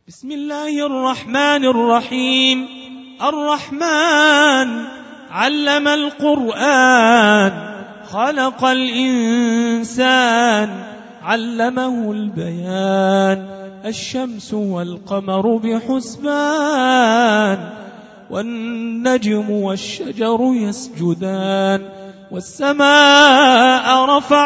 بسم الله الرحمن الرحيم. الرحمن علم القرآن، خلق الإنسان، علمه البيان. الشمس والقمر بحسبان، والنجم والشجر يسجدان. والسماء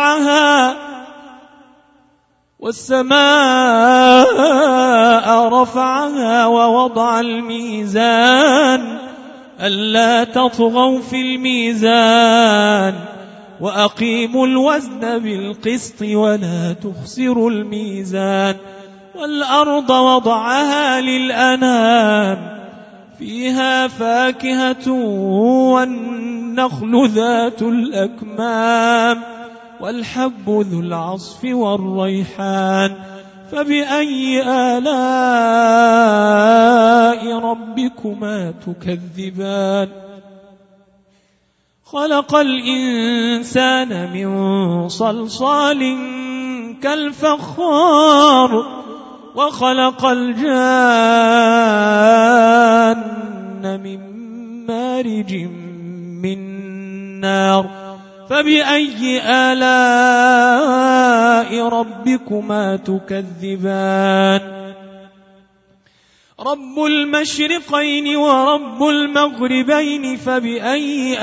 رفعها ووضع الميزان، ألا تطغوا في الميزان، وأقيموا الوزن بالقسط ولا تخسروا الميزان. والأرض وضعها للأنام، فيها فاكهة والنخل ذات الأكمام، والحب ذو العصف والريحان. فبأي آلاء ربكما تكذبان؟ خلق الإنسان من صلصال كالفخار، وخلق الجان من مارج من نار. فبأي آلاء ربكما تكذبان؟ رب المشرقين ورب المغربين، فبأي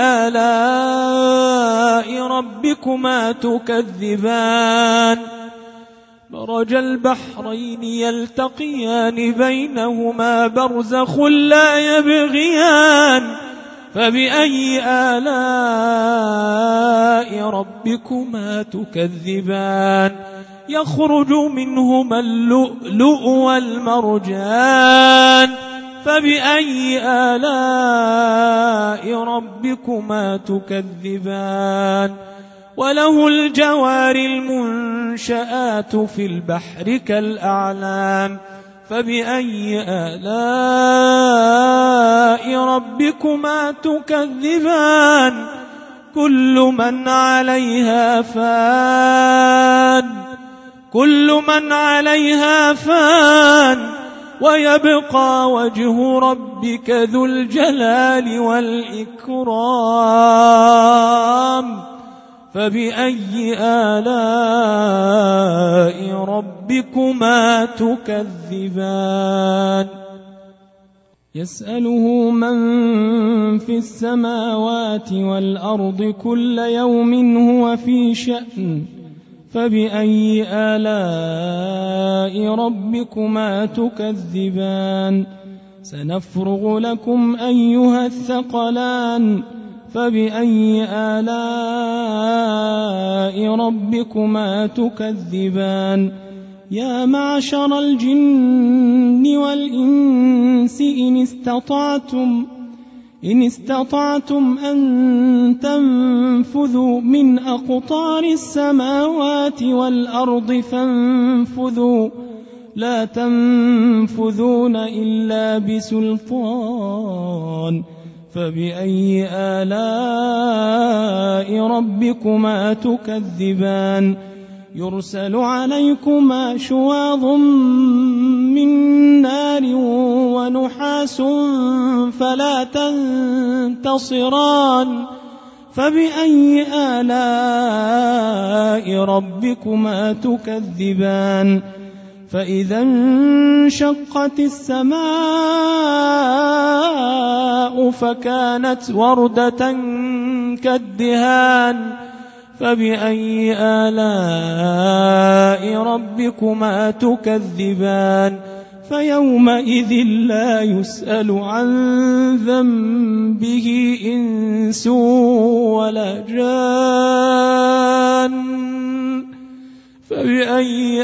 آلاء ربكما تكذبان؟ مرج البحرين يلتقيان، بينهما برزخ لا يبغيان. فبأي آلاء ربكما تكذبان؟ يخرج منهما اللؤلؤ والمرجان. فبأي آلاء ربكما تكذبان؟ وله الجوار المنشآت في البحر كالأعلام. فبأي آلاء ربكما تكذبان؟ كل من عليها فان، ويبقى وجه ربك ذو الجلال والإكرام. فبأي آلاء ربكما تكذبان؟ يسأله من في السماوات والأرض كل يوم هو في شأن. فبأي آلاء ربكما تكذبان؟ سنفرغ لكم أيها الثقلان. فبأي آلاء ربكما تكذبان؟ يا معشر الجن والإنس إن استطعتم أن تنفذوا من أقطار السماوات والأرض فانفذوا، لا تنفذون إلا بسلطان. فبأي آلاء ربكما تكذبان؟ يرسل عليكما شواظ من نار ونحاس فلا تنتصران. فبأي آلاء ربكما تكذبان؟ فإذا انشقت السماء فكانت وردة كالدهان. فبأي آلاء ربكما تكذبان؟ فيومئذ لا يسأل عن ذنبه إنس ولا جان. فبأي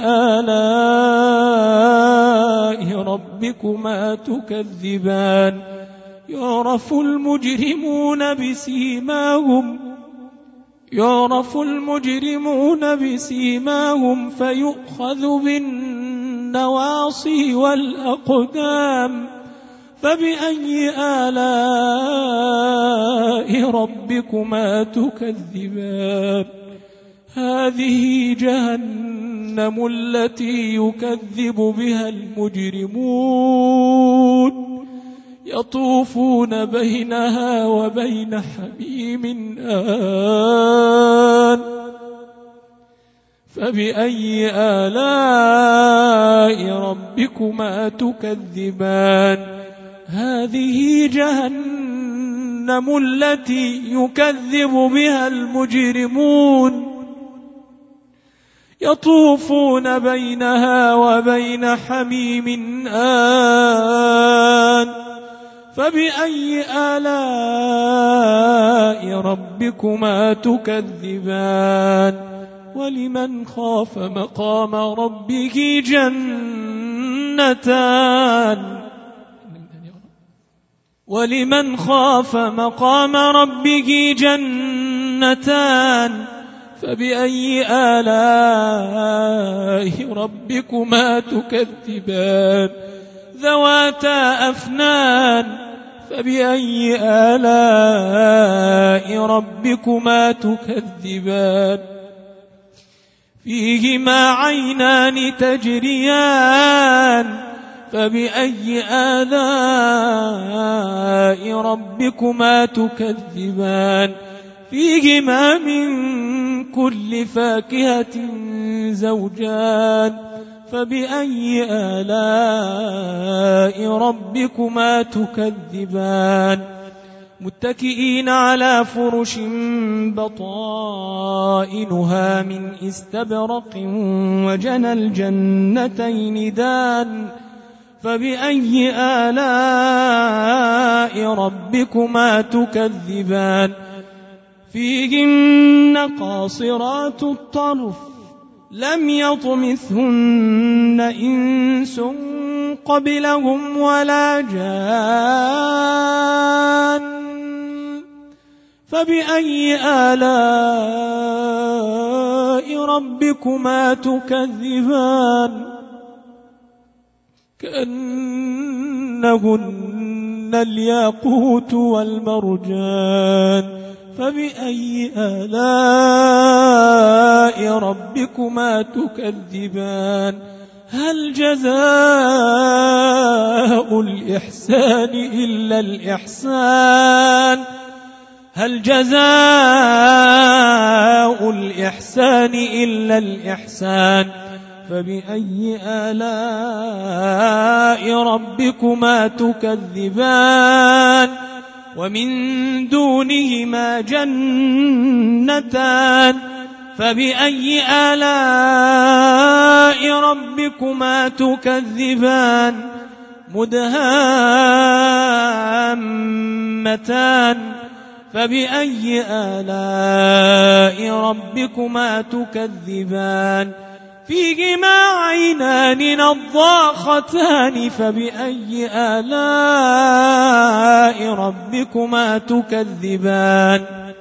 آلاء ربكما تكذبان؟ يعرف المجرمون بسيماهم فيؤخذ بالنواصي والأقدام. فبأي آلاء ربكما تكذبان؟ هذه جهنم التي يكذب بها المجرمون يطوفون بينها وبين حميم آن فبأي آلاء ربكما تكذبان هذه جهنم التي يكذب بها المجرمون يطوفون بينها وبين حميم آن فبأي آلاء ربكما تكذبان ولمن خاف مقام ربه جنتان ولمن خاف مقام ربه جنتان فبأي آلاء ربكما تكذبان ذواتا أفنان فبأي آلاء ربكما تكذبان فيهما عينان تجريان فبأي آلاء ربكما تكذبان فيهما من كل فاكهة زوجان فبأي آلاء ربكما تكذبان متكئين على فرش بطائنها من استبرق وجنى الجنتين دان فبأي آلاء ربكما تكذبان فيهن قاصرات الطرف لم يطمثهن إنس قبلهم ولا جان فبأي آلاء ربكما تكذبان كأنهن الياقوت والمرجان فبأي آلاء ربكما تكذبان هل جزاء الإحسان إلا الإحسان هل جزاء الإحسان إلا الإحسان فبأي آلاء ربكما تكذبان ومن دونهما جنتان فبأي آلاء ربكما تكذبان مدهامتان فبأي آلاء ربكما تكذبان فيهما عينان نضاختان فبأي آلاء ربكما تكذبان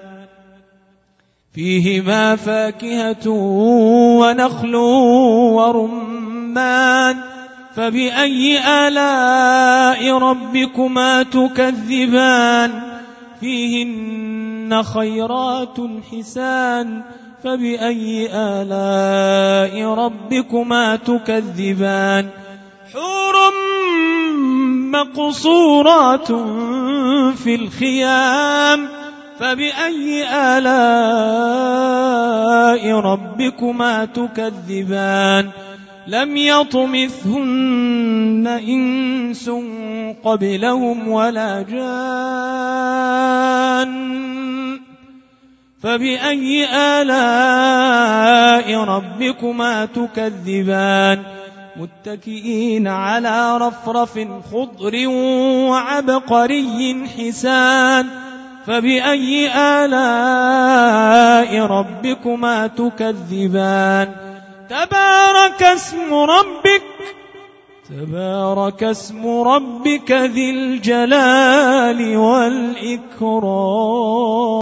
فيهما فاكهة ونخل ورمان فبأي آلاء ربكما تكذبان فيهن خيرات حسان فبأي آلاء ربكما تكذبان حور مقصورات في الخيام فبأي آلاء ربكما تكذبان لم يطمثهن إنس قبلهم ولا جان فبأي آلاء ربكما تكذبان متكئين على رفرف خضر وعبقري حسان فبأي آلاء ربكما تكذبان تبارك اسم ربك ذي الجلال والإكرام.